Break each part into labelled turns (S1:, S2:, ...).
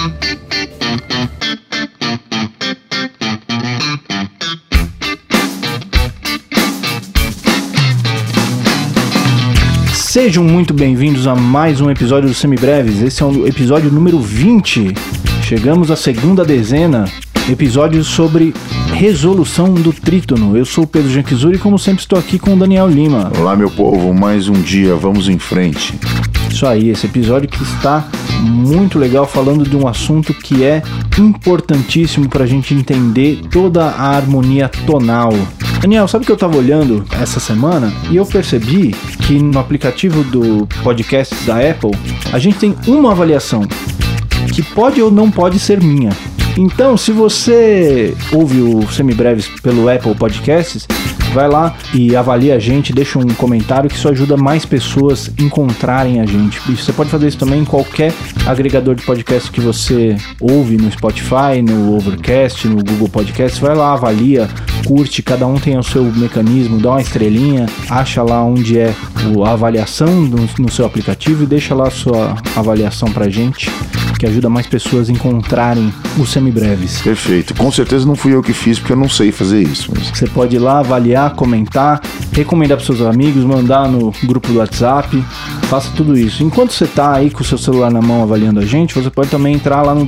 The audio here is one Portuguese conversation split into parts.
S1: Sejam muito bem-vindos a mais um episódio do Semibreves. Esse é o episódio número 20. Chegamos à segunda dezena, episódio sobre resolução do trítono. Eu sou o Pedro Janquizuri e como sempre estou aqui com o Daniel Lima.
S2: Olá meu povo, mais um dia, vamos em frente.
S1: Isso aí, esse episódio que está muito legal, falando de um assunto que é importantíssimo para a gente entender toda a harmonia tonal. Daniel, sabe que eu estava olhando essa semana e eu percebi que no aplicativo do podcast da Apple a gente tem uma avaliação que pode ou não pode ser minha. Então, se você ouve o Semibreves pelo Apple Podcasts, vai lá e avalia a gente, deixa um comentário que isso ajuda mais pessoas a encontrarem a gente. E você pode fazer isso também em qualquer agregador de podcast que você ouve, no Spotify, no Overcast, no Google Podcasts. Vai lá, avalia, curte, cada um tem o seu mecanismo, dá uma estrelinha, acha lá onde é a avaliação no seu aplicativo e deixa lá a sua avaliação pra gente, que ajuda mais pessoas a encontrarem os Semibreves.
S2: Perfeito. Com certeza não fui eu que fiz, porque eu não sei fazer isso. Mas...
S1: Você pode ir lá, avaliar, comentar, recomendar para seus amigos, mandar no grupo do WhatsApp, faça tudo isso. Enquanto você está aí com o seu celular na mão avaliando a gente, você pode também entrar lá no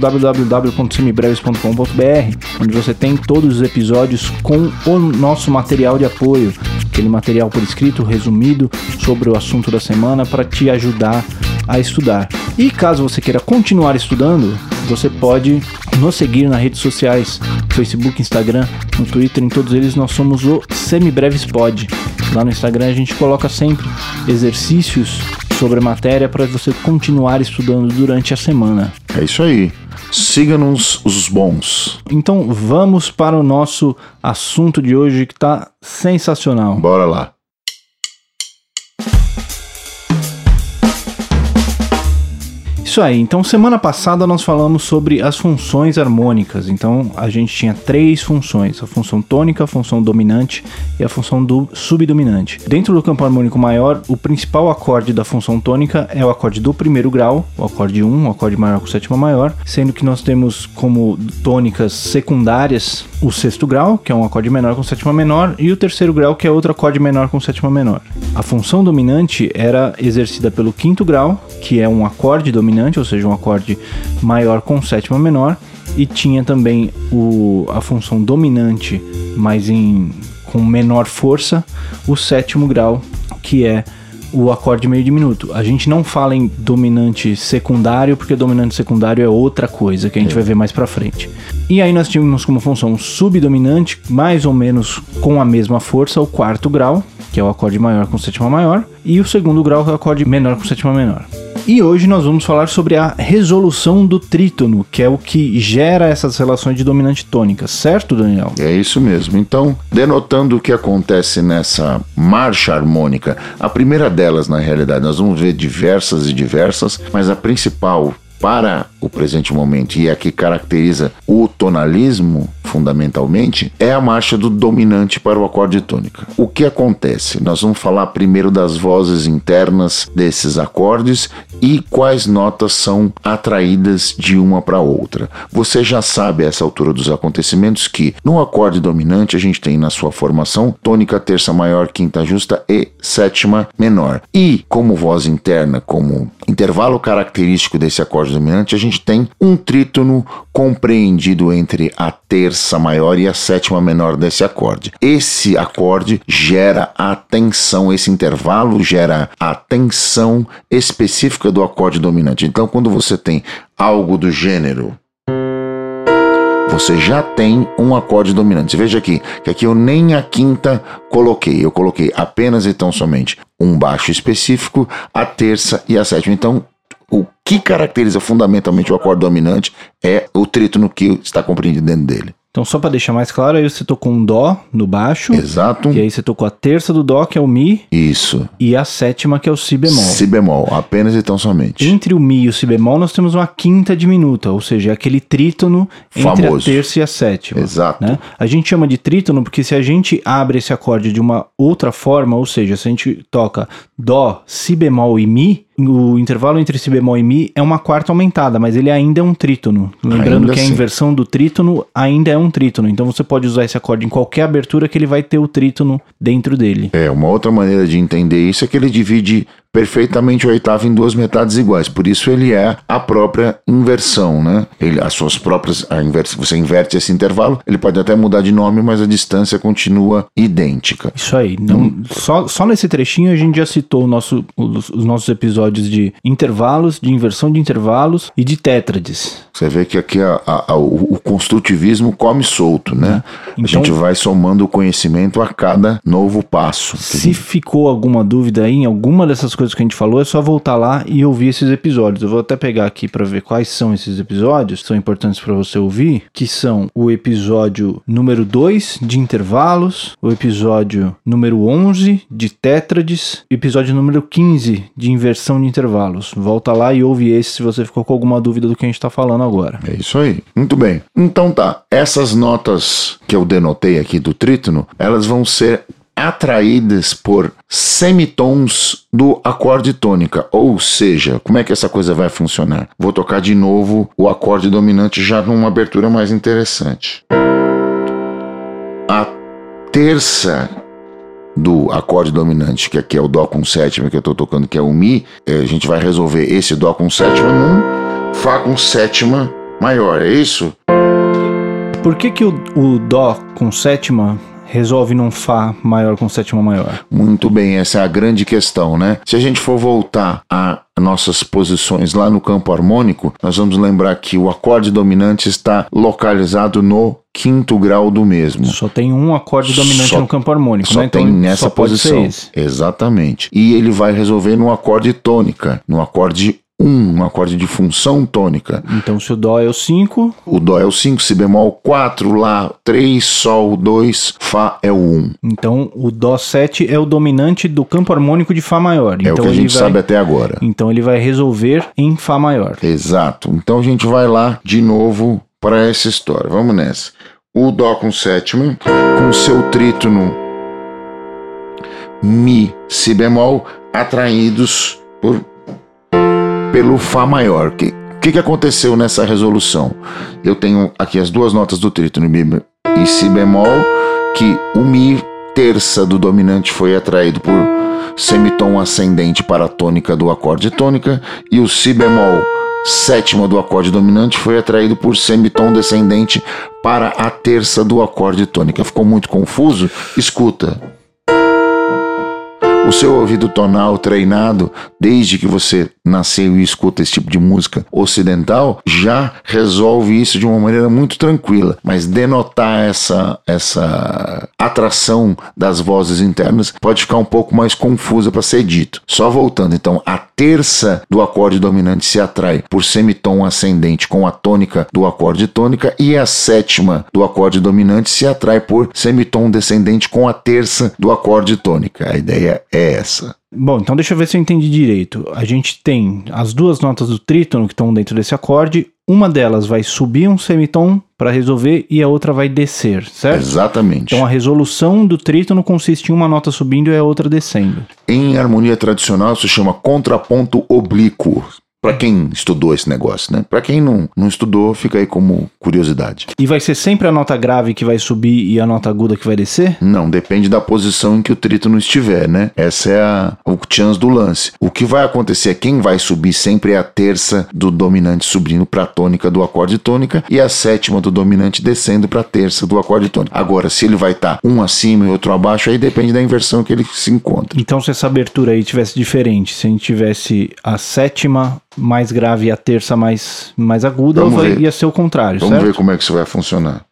S1: www.semibreves.com.br, onde você tem todos os episódios com o nosso material de apoio, aquele material por escrito, resumido, sobre o assunto da semana, para te ajudar a estudar. E caso você queira continuar estudando, você pode nos seguir nas redes sociais, Facebook, Instagram, no Twitter, em todos eles nós somos o Semibreves Pod. Lá no Instagram a gente coloca sempre exercícios sobre a matéria para você continuar estudando durante a semana.
S2: É isso aí. Siga-nos os bons.
S1: Então vamos para o nosso assunto de hoje que está sensacional.
S2: Bora lá.
S1: Isso aí, então semana passada nós falamos sobre as funções harmônicas. Então a gente tinha 3 funções: a função tônica, a função dominante e a função subdominante. Dentro do campo harmônico maior, o principal acorde da função tônica é o acorde do primeiro grau, o acorde 1, o acorde maior com sétima maior, sendo que nós temos como tônicas secundárias o sexto grau, que é um acorde menor com sétima menor, e o terceiro grau, que é outro acorde menor com sétima menor. A função dominante era exercida pelo quinto grau, que é um acorde dominante, ou seja, um acorde maior com sétima menor, e tinha também a função dominante, mas com menor força, o sétimo grau, que é o acorde meio diminuto. A gente não fala em dominante secundário, porque dominante secundário é outra coisa, que a gente vai ver mais pra frente. E aí nós tínhamos como função subdominante, mais ou menos com a mesma força, o quarto grau, que é o acorde maior com sétima maior, e o segundo grau, que é o acorde menor com sétima menor. E hoje nós vamos falar sobre a resolução do trítono, que é o que gera essas relações de dominante tônica, certo, Daniel?
S2: É isso mesmo. Então, denotando o que acontece nessa marcha harmônica, a primeira delas, na realidade, nós vamos ver diversas, mas a principal para o presente momento e a que caracteriza o tonalismo, fundamentalmente, é a marcha do dominante para o acorde tônica. O que acontece? Nós vamos falar primeiro das vozes internas desses acordes e quais notas são atraídas de uma para outra. Você já sabe a essa altura dos acontecimentos que no acorde dominante a gente tem na sua formação tônica, terça maior, quinta justa e sétima menor. E como voz interna, como intervalo característico desse acorde dominante, a gente tem um trítono compreendido entre a terça maior e a sétima menor desse acorde. Esse acorde gera a tensão, esse intervalo gera a tensão específica do acorde dominante. Então, quando você tem algo do gênero, você já tem um acorde dominante. Você veja aqui, que aqui eu nem a quinta coloquei, eu coloquei apenas e tão somente um baixo específico, a terça e a sétima. Então, o que caracteriza fundamentalmente o acorde dominante é o trítono que está compreendido dentro dele.
S1: Então, só para deixar mais claro, aí você tocou um Dó no baixo.
S2: Exato.
S1: E aí você tocou a terça do Dó, que é o Mi.
S2: Isso.
S1: E a sétima, que é o Si bemol.
S2: Si bemol, apenas e tão somente.
S1: Entre o Mi e o Si bemol, nós temos uma quinta diminuta, ou seja, aquele trítono entre
S2: famoso.
S1: A terça e a sétima.
S2: Exato.
S1: Né? A gente chama de trítono porque se a gente abre esse acorde de uma outra forma, ou seja, se a gente toca Dó, Si bemol e Mi, o intervalo entre si bemol e mi é uma quarta aumentada, mas ele ainda é um trítono. Lembrando
S2: Ainda
S1: que a
S2: assim.
S1: inversão do trítono ainda é um trítono. Então você pode usar esse acorde em qualquer abertura que ele vai ter o trítono dentro dele.
S2: Uma outra maneira de entender isso é que ele divide perfeitamente o oitavo em duas metades iguais. Por isso ele é a própria inversão, né? As suas próprias... você inverte esse intervalo, ele pode até mudar de nome, mas a distância continua idêntica.
S1: Isso aí. Não, só nesse trechinho a gente já citou os nossos episódios de intervalos, de inversão de intervalos e de tétrades.
S2: Você vê que aqui o construtivismo come solto, né?
S1: Então,
S2: a gente vai somando o conhecimento a cada novo passo.
S1: Se ficou alguma dúvida aí em alguma dessas coisas que a gente falou, é só voltar lá e ouvir esses episódios. Eu vou até pegar aqui para ver quais são esses episódios que são importantes para você ouvir, que são o episódio número 2 de intervalos, o episódio número 11 de tétrades, o episódio número 15 de inversão de intervalos. Volta lá e ouve esse se você ficou com alguma dúvida do que a gente está falando agora.
S2: É isso aí. Muito bem. Então tá, essas notas que eu denotei aqui do trítono, elas vão ser atraídas por semitons do acorde tônica. Ou seja, como é que essa coisa vai funcionar? Vou tocar de novo o acorde dominante já numa abertura mais interessante. A terça do acorde dominante, que aqui é o Dó com sétima, que eu estou tocando, que é o Mi, a gente vai resolver esse Dó com sétima num Fá com sétima maior, é isso?
S1: Por que o Dó com sétima resolve num Fá maior com sétima maior?
S2: Muito bem, essa é a grande questão, né? Se a gente for voltar a nossas posições lá no campo harmônico, nós vamos lembrar que o acorde dominante está localizado no quinto grau do mesmo.
S1: Só tem um acorde dominante no campo harmônico,
S2: só
S1: né?
S2: Tem
S1: então,
S2: nessa posição. Exatamente. E ele vai resolver no acorde tônica, no acorde um acorde de função tônica.
S1: Então se o Dó é o 5...
S2: O Dó é o 5, Si bemol 4, Lá 3, Sol 2, Fá é o 1.
S1: Então o Dó 7 é o dominante do campo harmônico de Fá maior.
S2: É
S1: então,
S2: o que a gente sabe até agora.
S1: Então ele vai resolver em Fá maior.
S2: Exato. Então a gente vai lá de novo para essa história. Vamos nessa. O Dó com sétima, com seu trítono Mi, Si bemol, atraídos pelo Fá maior. O que aconteceu nessa resolução? Eu tenho aqui as duas notas do trítono Mi e Si bemol, que o Mi terça do dominante foi atraído por semitom ascendente para a tônica do acorde tônica, e o Si bemol sétima do acorde dominante foi atraído por semitom descendente para a terça do acorde tônica. Ficou muito confuso? Escuta. O seu ouvido tonal treinado, desde que você nasceu e escuta esse tipo de música ocidental, já resolve isso de uma maneira muito tranquila. Mas denotar essa atração das vozes internas pode ficar um pouco mais confusa para ser dito. Só voltando, então, a terça do acorde dominante se atrai por semitom ascendente com a tônica do acorde tônica, e a sétima do acorde dominante se atrai por semitom descendente com a terça do acorde tônica. A ideia é essa.
S1: Bom, então deixa eu ver se eu entendi direito. A gente tem as duas notas do trítono que estão dentro desse acorde. Uma delas vai subir um semitom para resolver e a outra vai descer, certo?
S2: Exatamente.
S1: Então a resolução do trítono consiste em uma nota subindo e a outra descendo.
S2: Em harmonia tradicional isso se chama contraponto oblíquo. Para quem estudou esse negócio, né? Para quem não estudou, fica aí como curiosidade.
S1: E vai ser sempre a nota grave que vai subir e a nota aguda que vai descer?
S2: Não, depende da posição em que o trítono estiver, né? Essa é o chance do lance. O que vai acontecer é quem vai subir sempre é a terça do dominante subindo para a tônica do acorde tônica e a sétima do dominante descendo para a terça do acorde tônica. Agora, se ele vai estar um acima e outro abaixo, aí depende da inversão que ele se encontra.
S1: Então, se essa abertura aí tivesse diferente, se a gente tivesse a sétima mais grave e a terça mais aguda, ia ser o contrário,
S2: Vamos
S1: certo?
S2: ver como é que isso vai funcionar.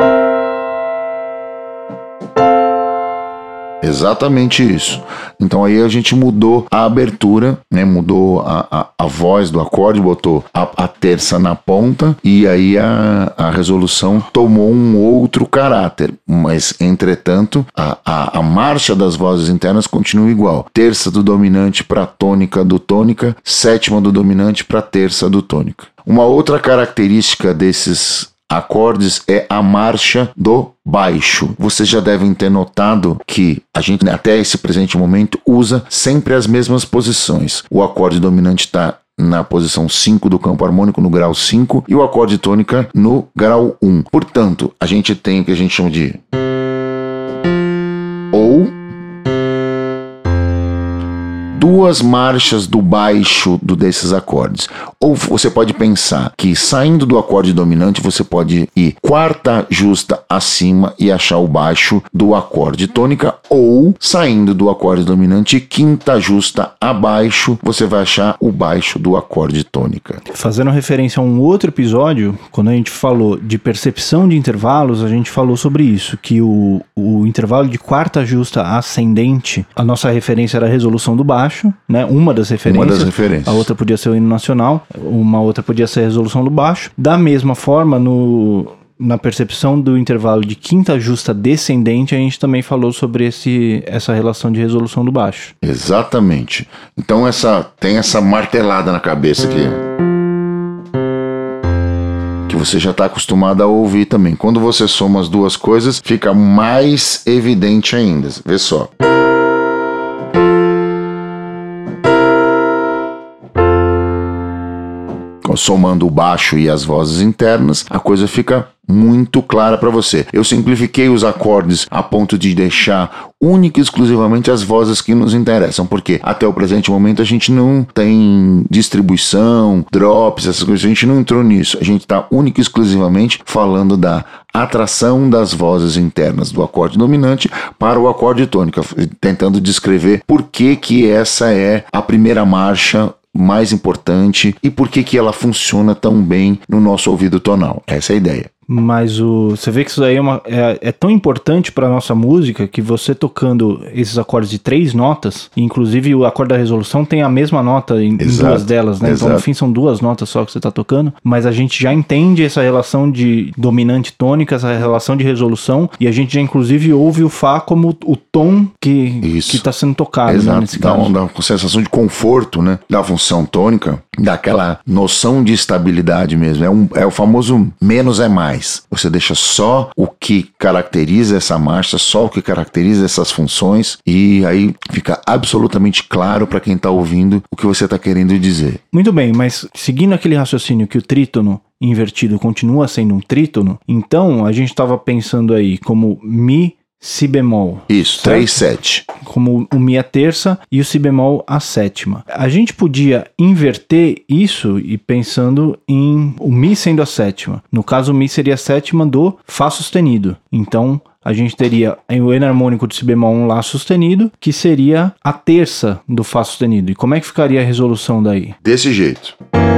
S2: Exatamente isso. Então aí a gente mudou a abertura, né? Mudou a voz do acorde, botou a terça na ponta, e aí a resolução tomou um outro caráter. Mas, entretanto, a marcha das vozes internas continua igual. Terça do dominante para tônica do tônica, sétima do dominante para terça do tônica. Uma outra característica desses acordes é a marcha do baixo. Vocês já devem ter notado que a gente, até esse presente momento, usa sempre as mesmas posições. O acorde dominante está na posição 5 do campo harmônico, no grau 5, e o acorde tônica no grau 1. Portanto, a gente tem o que a gente chama de ou duas marchas do baixo desses acordes. Ou você pode pensar que saindo do acorde dominante você pode ir quarta justa acima e achar o baixo do acorde tônica, ou saindo do acorde dominante quinta justa abaixo você vai achar o baixo do acorde tônica.
S1: Fazendo referência a um outro episódio, quando a gente falou de percepção de intervalos, a gente falou sobre isso, que o intervalo de quarta justa ascendente, a nossa referência era a resolução do baixo, né? Uma das referências. A outra podia ser o hino nacional, uma outra podia ser a resolução do baixo. Da mesma forma, na percepção do intervalo de quinta justa descendente, a gente também falou sobre essa relação de resolução do baixo.
S2: Exatamente. Então tem essa martelada na cabeça que você já está acostumado a ouvir também. Quando você soma as duas coisas, fica mais evidente ainda. Vê só. Somando o baixo e as vozes internas, a coisa fica muito clara para você. Eu simplifiquei os acordes a ponto de deixar única e exclusivamente as vozes que nos interessam, porque até o presente momento a gente não tem distribuição, drops, essas coisas, a gente não entrou nisso. A gente está única e exclusivamente falando da atração das vozes internas do acorde dominante para o acorde tônica, tentando descrever por que essa é a primeira marcha mais importante e por que ela funciona tão bem no nosso ouvido tonal. Essa é a ideia.
S1: Mas você vê que isso aí é tão importante para a nossa música que você tocando esses acordes de 3 notas, inclusive o acorde da resolução tem a mesma nota em duas delas, né? Então no fim são 2 notas só que você está tocando, mas a gente já entende essa relação de dominante tônica, essa relação de resolução, e a gente já inclusive ouve o Fá como o tom que está sendo tocado.
S2: Exato.
S1: Né, nesse caso.
S2: Dá uma sensação de conforto, né? Da função tônica, daquela noção de estabilidade mesmo. É o famoso menos é mais. Você deixa só o que caracteriza essa marcha, só o que caracteriza essas funções, e aí fica absolutamente claro para quem está ouvindo o que você está querendo dizer.
S1: Muito bem, mas seguindo aquele raciocínio que o trítono invertido continua sendo um trítono, então a gente estava pensando aí como Mi, Si bemol.
S2: Isso, 3/7.
S1: Como o Mi a terça e o Si bemol a sétima. A gente podia inverter isso e pensando em o Mi sendo a sétima. No caso, o Mi seria a sétima do Fá sustenido. Então, a gente teria o enarmônico de Si bemol 1 Lá sustenido, que seria a terça do Fá sustenido. E como é que ficaria a resolução daí?
S2: Desse jeito.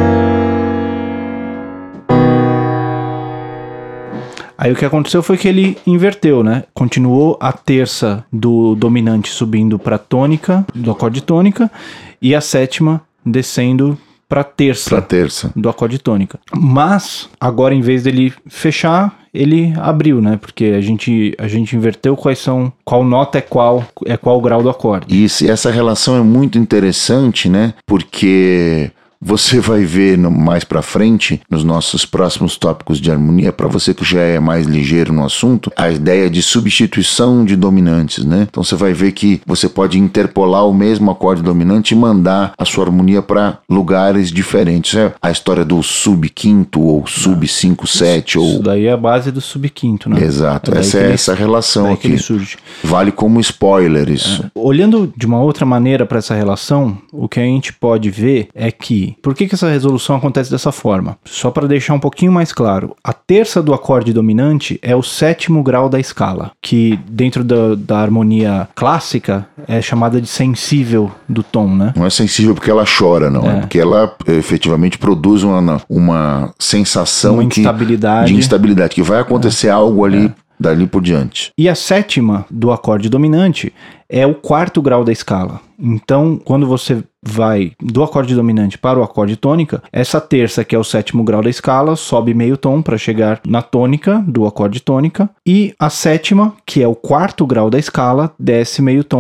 S1: Aí o que aconteceu foi que ele inverteu, né? Continuou a terça do dominante subindo para tônica, do acorde tônica, e a sétima descendo para terça do acorde tônica. Mas agora, em vez dele fechar, ele abriu, né? Porque a gente inverteu qual nota é qual grau do acorde.
S2: Isso, e essa relação é muito interessante, né? Porque você vai ver mais pra frente, nos nossos próximos tópicos de harmonia, para você que já é mais ligeiro no assunto, a ideia de substituição de dominantes, né? Então você vai ver que você pode interpolar o mesmo acorde dominante e mandar a sua harmonia para lugares diferentes. É a história do sub-quinto ou sub-5/7.
S1: Isso daí é a base do sub-quinto, né?
S2: Exato, essa relação aqui.
S1: Ele surge.
S2: Vale como spoiler isso.
S1: Olhando de uma outra maneira para essa relação, o que a gente pode ver é que por que essa resolução acontece dessa forma? Só para deixar um pouquinho mais claro, a terça do acorde dominante é o 7º grau da escala, que dentro da harmonia clássica é chamada de sensível do tom, né?
S2: Não é sensível porque ela chora, não. É porque ela efetivamente produz uma sensação de instabilidade, que vai acontecer algo ali dali por diante.
S1: E a 7ª do acorde dominante é o 4º grau da escala. Então, quando você vai do acorde dominante para o acorde tônica, essa terça, que é o 7º grau da escala, sobe meio tom para chegar na tônica do acorde tônica, e a 7ª, que é o 4º grau da escala, desce meio tom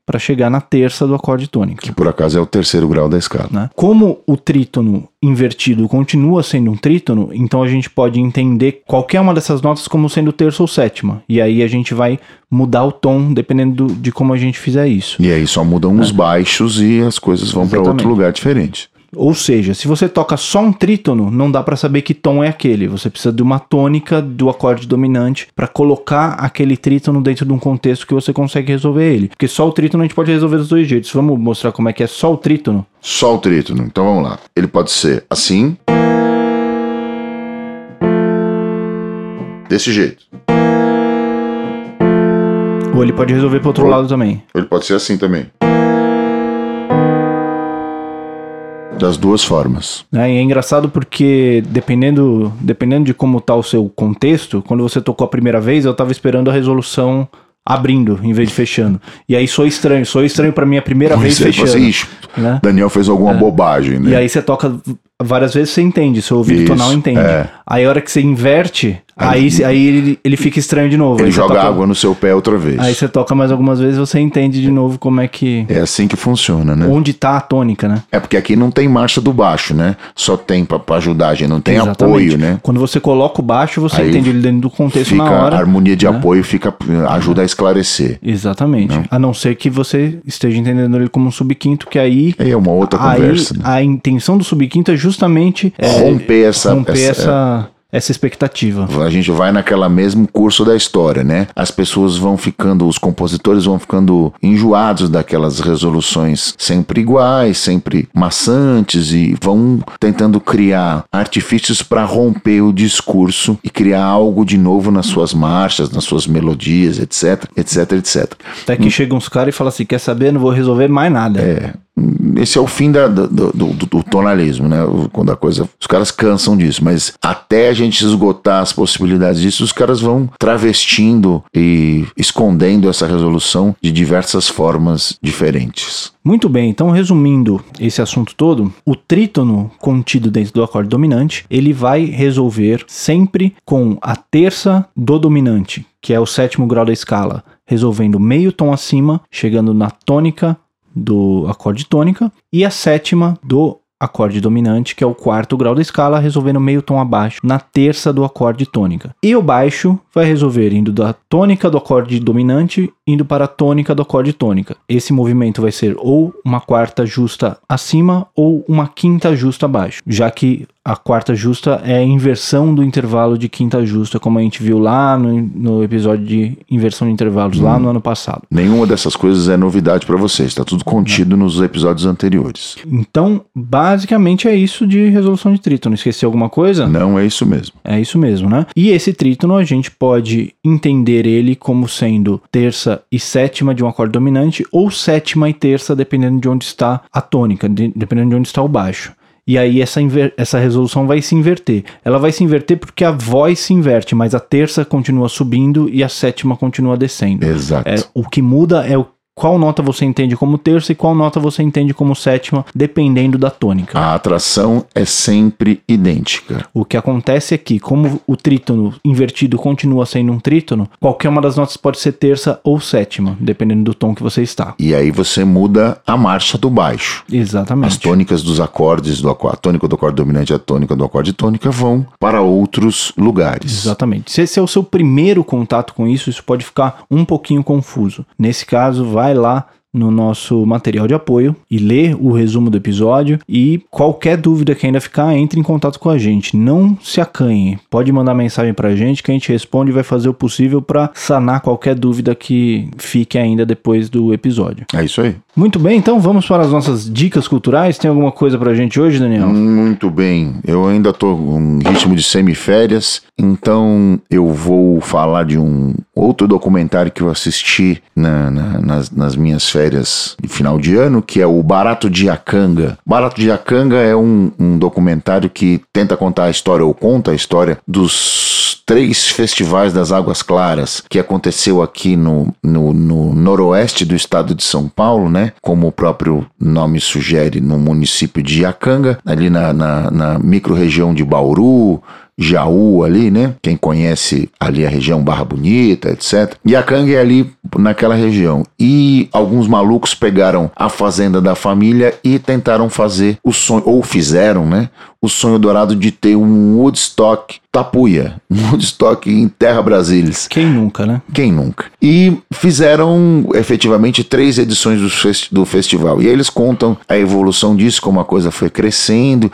S1: para chegar na terça do acorde tônica.
S2: Que por acaso é o terceiro grau da escala.
S1: Né? Como o trítono invertido continua sendo um trítono, então a gente pode entender qualquer uma dessas notas como sendo terça ou sétima. E aí a gente vai mudar o tom dependendo de como a gente fizer isso.
S2: E aí só mudam os baixos e as coisas vão para outro lugar diferente.
S1: Ou seja, se você toca só um trítono, não dá para saber que tom é aquele. Você precisa de uma tônica do acorde dominante para colocar aquele trítono dentro de um contexto que você consegue resolver ele. Porque só o trítono a gente pode resolver dos dois jeitos. Vamos mostrar como é que é só o trítono?
S2: Só o trítono. Então vamos lá. Ele pode ser assim. Desse jeito.
S1: Ou ele pode resolver pro outro lado também.
S2: Ou ele pode ser assim também. Das duas formas.
S1: E é engraçado porque dependendo de como tá o seu contexto, quando você tocou a primeira vez, eu tava esperando a resolução abrindo em vez de fechando. E aí soa estranho pra mim a primeira vez fechando.
S2: Assim, né? Daniel fez alguma bobagem, né?
S1: E aí você toca várias vezes, você entende, seu ouvido tonal entende. Aí a hora que você inverte, aí ele fica estranho de novo.
S2: Ele
S1: aí
S2: joga água no seu pé outra vez.
S1: Aí você toca mais algumas vezes, você entende de novo como é que...
S2: É assim que funciona, né?
S1: Onde tá a tônica, né?
S2: É porque aqui não tem marcha do baixo, né? Só tem pra ajudar a gente, não tem
S1: Exatamente.
S2: Apoio, né?
S1: Quando você coloca o baixo, você
S2: aí
S1: entende ele dentro do contexto na hora.
S2: A harmonia de apoio ajuda a esclarecer.
S1: Exatamente. Não. A não ser que você esteja entendendo ele como um subquinto, que aí...
S2: É uma outra conversa. Né?
S1: A intenção do subquinto é justamente...
S2: romper
S1: essa expectativa.
S2: A gente vai naquela mesmo curso da história, né? As pessoas vão ficando, os compositores vão ficando enjoados daquelas resoluções sempre iguais, sempre maçantes e vão tentando criar artifícios para romper o discurso e criar algo de novo nas suas marchas, nas suas melodias, etc, etc, etc.
S1: Até que chegam uns caras e falam assim, quer saber? Não vou resolver mais nada.
S2: Esse é o fim do tonalismo, né? Quando a coisa... Os caras cansam disso, mas até a gente esgotar as possibilidades disso, os caras vão travestindo e escondendo essa resolução de diversas formas diferentes.
S1: Muito bem, então resumindo esse assunto todo, o trítono contido dentro do acorde dominante, ele vai resolver sempre com a terça do dominante, que é o sétimo grau da escala, resolvendo meio tom acima, chegando na tônica do acorde tônica, e a sétima do acorde dominante, que é o quarto grau da escala, resolvendo meio tom abaixo na terça do acorde tônica. E o baixo vai resolver indo da tônica do acorde dominante, indo para a tônica do acorde tônica. Esse movimento vai ser ou uma quarta justa acima ou uma quinta justa abaixo, já que a quarta justa é a inversão do intervalo de quinta justa, como a gente viu lá no episódio de inversão de intervalos, lá no ano passado.
S2: Nenhuma dessas coisas é novidade para vocês, está tudo contido nos episódios anteriores.
S1: Então, basicamente é isso de resolução de trítono. Esqueci alguma coisa?
S2: Não, é isso mesmo.
S1: É isso mesmo, né? E esse trítono a gente pode entender ele como sendo terça e sétima de um acorde dominante, ou sétima e terça, dependendo de onde está a tônica, dependendo de onde está o baixo. E aí essa resolução vai se inverter. Ela vai se inverter porque a voz se inverte, mas a terça continua subindo e a sétima continua descendo.
S2: Exato.
S1: O que muda é qual nota você entende como terça e qual nota você entende como sétima, dependendo da tônica.
S2: A atração é sempre idêntica.
S1: O que acontece é que, como o trítono invertido continua sendo um trítono, qualquer uma das notas pode ser terça ou sétima, dependendo do tom que você está.
S2: E aí você muda a marcha do baixo.
S1: Exatamente.
S2: As tônicas dos acordes, a tônica do acorde dominante e a tônica do acorde tônica vão para outros lugares.
S1: Exatamente. Se esse é o seu primeiro contato com isso pode ficar um pouquinho confuso. Nesse caso, vai lá no nosso material de apoio e lê o resumo do episódio, e qualquer dúvida que ainda ficar, entre em contato com a gente. Não se acanhe, pode mandar mensagem pra gente que a gente responde e vai fazer o possível para sanar qualquer dúvida que fique ainda depois do episódio.
S2: É isso aí.
S1: Muito bem, então vamos para as nossas dicas culturais. Tem alguma coisa pra gente hoje, Daniel?
S2: Muito bem, eu ainda tô com ritmo de semiférias, então eu vou falar de um outro documentário que eu assisti nas minhas férias de final de ano, que é o Barato de Iacanga. Barato de Iacanga é um documentário que tenta contar a história, ou conta a história dos 3 festivais das Águas Claras que aconteceu aqui no noroeste do estado de São Paulo, né? Como o próprio nome sugere, no município de Iacanga, ali na micro-região de Bauru, Jaú ali, né? Quem conhece ali a região Barra Bonita, etc. E Akanga é ali naquela região. E alguns malucos pegaram a fazenda da família e tentaram fazer o sonho, ou fizeram, né? O sonho dourado de ter um Woodstock Tapuia, um Woodstock em Terra Brasília.
S1: Quem nunca, né?
S2: Quem nunca? E fizeram efetivamente 3 edições do festival. E aí eles contam a evolução disso, como a coisa foi crescendo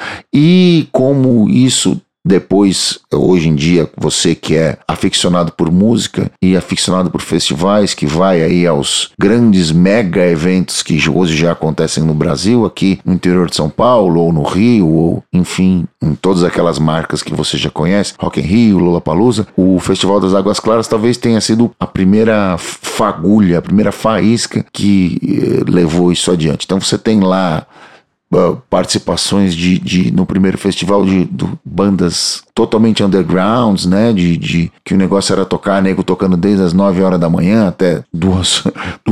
S2: e como isso depois, hoje em dia, você que é aficionado por música e aficionado por festivais, que vai aí aos grandes mega eventos que hoje já acontecem no Brasil, aqui no interior de São Paulo, ou no Rio, ou enfim, em todas aquelas marcas que você já conhece, Rock in Rio, Lollapalooza, o Festival das Águas Claras talvez tenha sido a primeira fagulha, a primeira faísca que levou isso adiante. Então você tem lá participações no primeiro festival de bandas totalmente undergrounds, né, que o negócio era tocar, nego tocando desde as 9 horas da manhã até 2,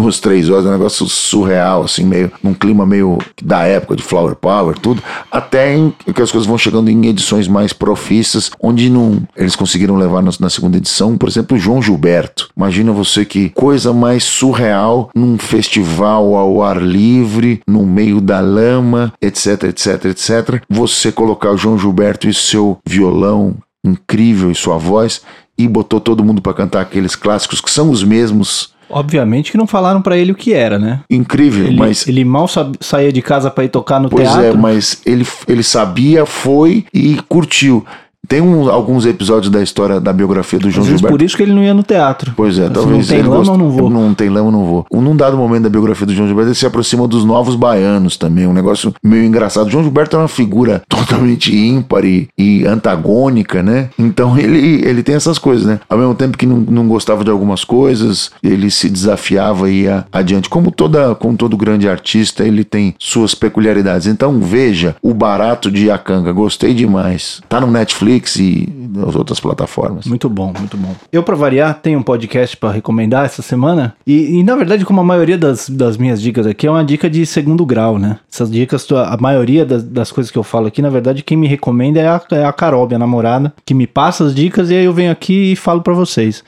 S2: 3 horas, um negócio surreal, assim, meio, num clima meio da época de Flower Power, tudo, até que as coisas vão chegando em edições mais profícias, onde eles conseguiram levar na segunda edição, por exemplo, o João Gilberto. Imagina você que coisa mais surreal num festival ao ar livre, no meio da lama, etc, etc, etc. Você colocar o João Gilberto e seu violão incrível e sua voz e botou todo mundo para cantar aqueles clássicos que são os mesmos.
S1: Obviamente que não falaram pra ele o que era, né?
S2: Incrível, mas...
S1: Ele mal saía de casa pra ir tocar no teatro.
S2: Pois é, mas ele sabia, foi e curtiu. Tem alguns episódios da história da biografia do João Gilberto.
S1: Por isso que ele não ia no teatro.
S2: Pois é, talvez
S1: se não tem lama, eu não vou.
S2: Não tem lama, eu não vou. Num dado momento da biografia do João Gilberto, ele se aproxima dos Novos Baianos também, um negócio meio engraçado. O João Gilberto é uma figura totalmente ímpar e antagônica, né? Então ele tem essas coisas, né? Ao mesmo tempo que não gostava de algumas coisas, ele se desafiava e ia adiante. Como todo grande artista, ele tem suas peculiaridades. Então veja o Barato de Akanga, gostei demais. Tá no Netflix e nas outras plataformas.
S1: Muito bom, muito bom. Eu, pra variar, tenho um podcast pra recomendar essa semana e na verdade, como a maioria das minhas dicas aqui é uma dica de segundo grau, né? Essas dicas, a maioria das coisas que eu falo aqui, na verdade, quem me recomenda é a Carol, minha namorada, que me passa as dicas e aí eu venho aqui e falo pra vocês.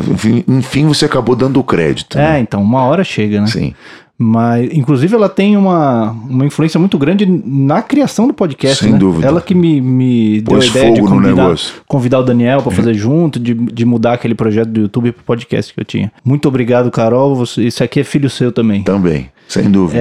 S2: Enfim, você acabou dando o crédito. Né?
S1: Então, uma hora chega, né?
S2: Sim.
S1: Mas, inclusive, ela tem uma influência muito grande na criação do podcast.
S2: Sem dúvida.
S1: Ela que me deu a ideia de convidar o Daniel para fazer junto, de mudar aquele projeto do YouTube pro podcast que eu tinha. Muito obrigado, Carol. Isso aqui é filho seu também.
S2: Também, sem dúvida.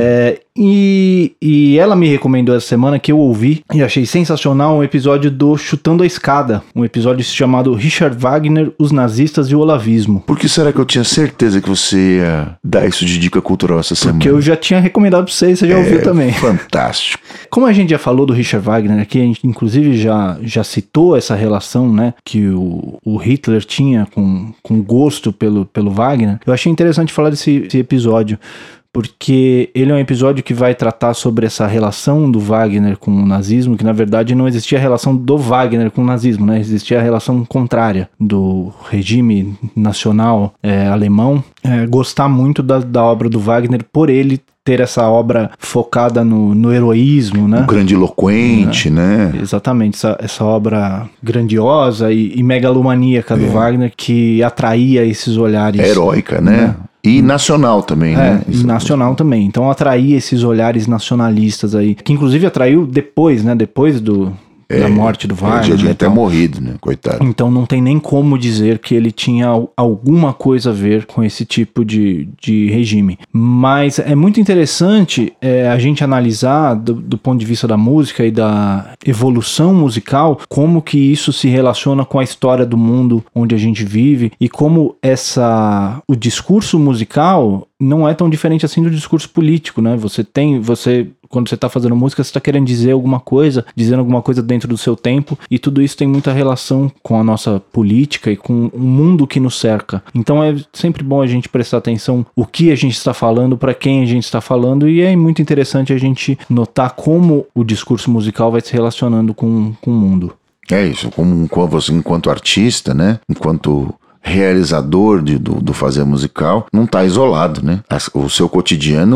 S1: E ela me recomendou essa semana, que eu ouvi e achei sensacional, um episódio do Chutando a Escada. Um episódio chamado Richard Wagner, Os Nazistas e o Olavismo.
S2: Por que será que eu tinha certeza que você ia dar isso de dica cultural essa semana?
S1: Porque eu já tinha recomendado pra você já ouviu também.
S2: Fantástico.
S1: Como a gente já falou do Richard Wagner aqui, a gente inclusive já citou essa relação, né, que o Hitler tinha com gosto pelo Wagner, eu achei interessante falar desse episódio, porque ele é um episódio que vai tratar sobre essa relação do Wagner com o nazismo, que na verdade não existia a relação do Wagner com o nazismo, né? Existia a relação contrária do regime nacional alemão, gostar muito da obra do Wagner por ele ter essa obra focada no heroísmo, né?
S2: O grandiloquente, né?
S1: Exatamente, essa obra grandiosa e megalomaníaca do Wagner, que atraía esses olhares...
S2: Heróica, né? E nacional também, né?
S1: E nacional também. Então atraía esses olhares nacionalistas aí, que inclusive atraiu depois, né? Depois da morte do Wagner.
S2: Ele já tinha até morrido, né? Coitado.
S1: Então não tem nem como dizer que ele tinha alguma coisa a ver com esse tipo de regime. Mas é muito interessante a gente analisar do ponto de vista da música e da evolução musical, como que isso se relaciona com a história do mundo onde a gente vive e como o discurso musical não é tão diferente assim do discurso político, né? Quando você está fazendo música, você está querendo dizer alguma coisa, dizendo alguma coisa dentro do seu tempo, e tudo isso tem muita relação com a nossa política e com o mundo que nos cerca. Então é sempre bom a gente prestar atenção o que a gente está falando, para quem a gente está falando, e é muito interessante a gente notar como o discurso musical vai se relacionando com o mundo.
S2: É isso, como você enquanto artista, né? Enquanto realizador do fazer musical, não está isolado, né? O seu cotidiano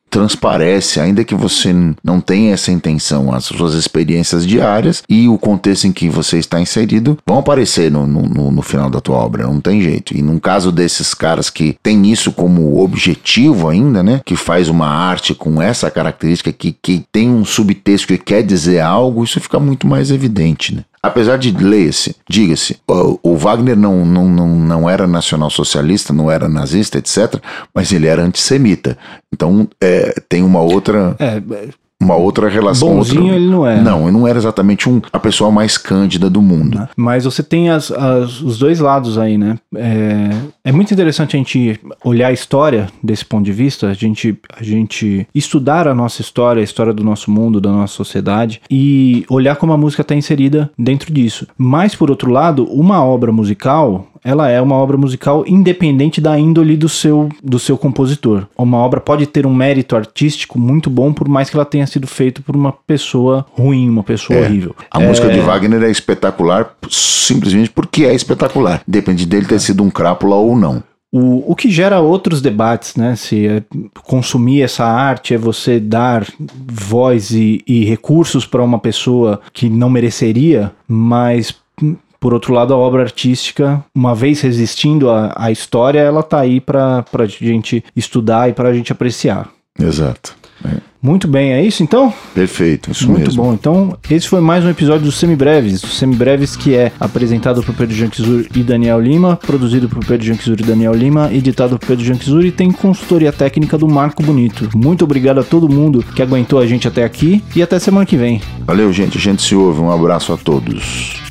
S2: transparece, ainda que você não tenha essa intenção, as suas experiências diárias e o contexto em que você está inserido vão aparecer no final da tua obra, não tem jeito. E num caso desses caras que tem isso como objetivo ainda, né, que faz uma arte com essa característica, que tem um subtexto que quer dizer algo, isso fica muito mais evidente, né? Apesar de, diga-se, o Wagner não era nacional-socialista, não era nazista, etc., mas ele era antissemita. Então, tem uma outra... uma outra relação.
S1: Bonzinho ele não é.
S2: Não, ele não era exatamente a pessoa mais cândida do mundo.
S1: Mas você tem os dois lados aí, né? É muito interessante a gente olhar a história desse ponto de vista, a gente estudar a nossa história, a história do nosso mundo, da nossa sociedade, e olhar como a música está inserida dentro disso. Mas, por outro lado, uma obra musical... ela é uma obra musical independente da índole do seu compositor. Uma obra pode ter um mérito artístico muito bom, por mais que ela tenha sido feita por uma pessoa ruim, uma pessoa horrível.
S2: A música de Wagner é espetacular simplesmente porque é espetacular. Depende dele ter sido um crápula ou não.
S1: O que gera outros debates, né? Se consumir essa arte é você dar voz e recursos para uma pessoa que não mereceria, mas... por outro lado, a obra artística, uma vez resistindo à história, ela tá aí pra gente estudar e pra gente apreciar.
S2: Exato.
S1: Muito bem, é isso então?
S2: Perfeito, isso
S1: muito
S2: mesmo.
S1: Muito bom, então esse foi mais um episódio do Semibreves, que é apresentado por Pedro Janquizur e Daniel Lima, produzido por Pedro Janquizur e Daniel Lima, editado por Pedro Janquizur e tem consultoria técnica do Marco Bonito. Muito obrigado a todo mundo que aguentou a gente até aqui e até semana que vem.
S2: Valeu, gente, a gente se ouve, um abraço a todos.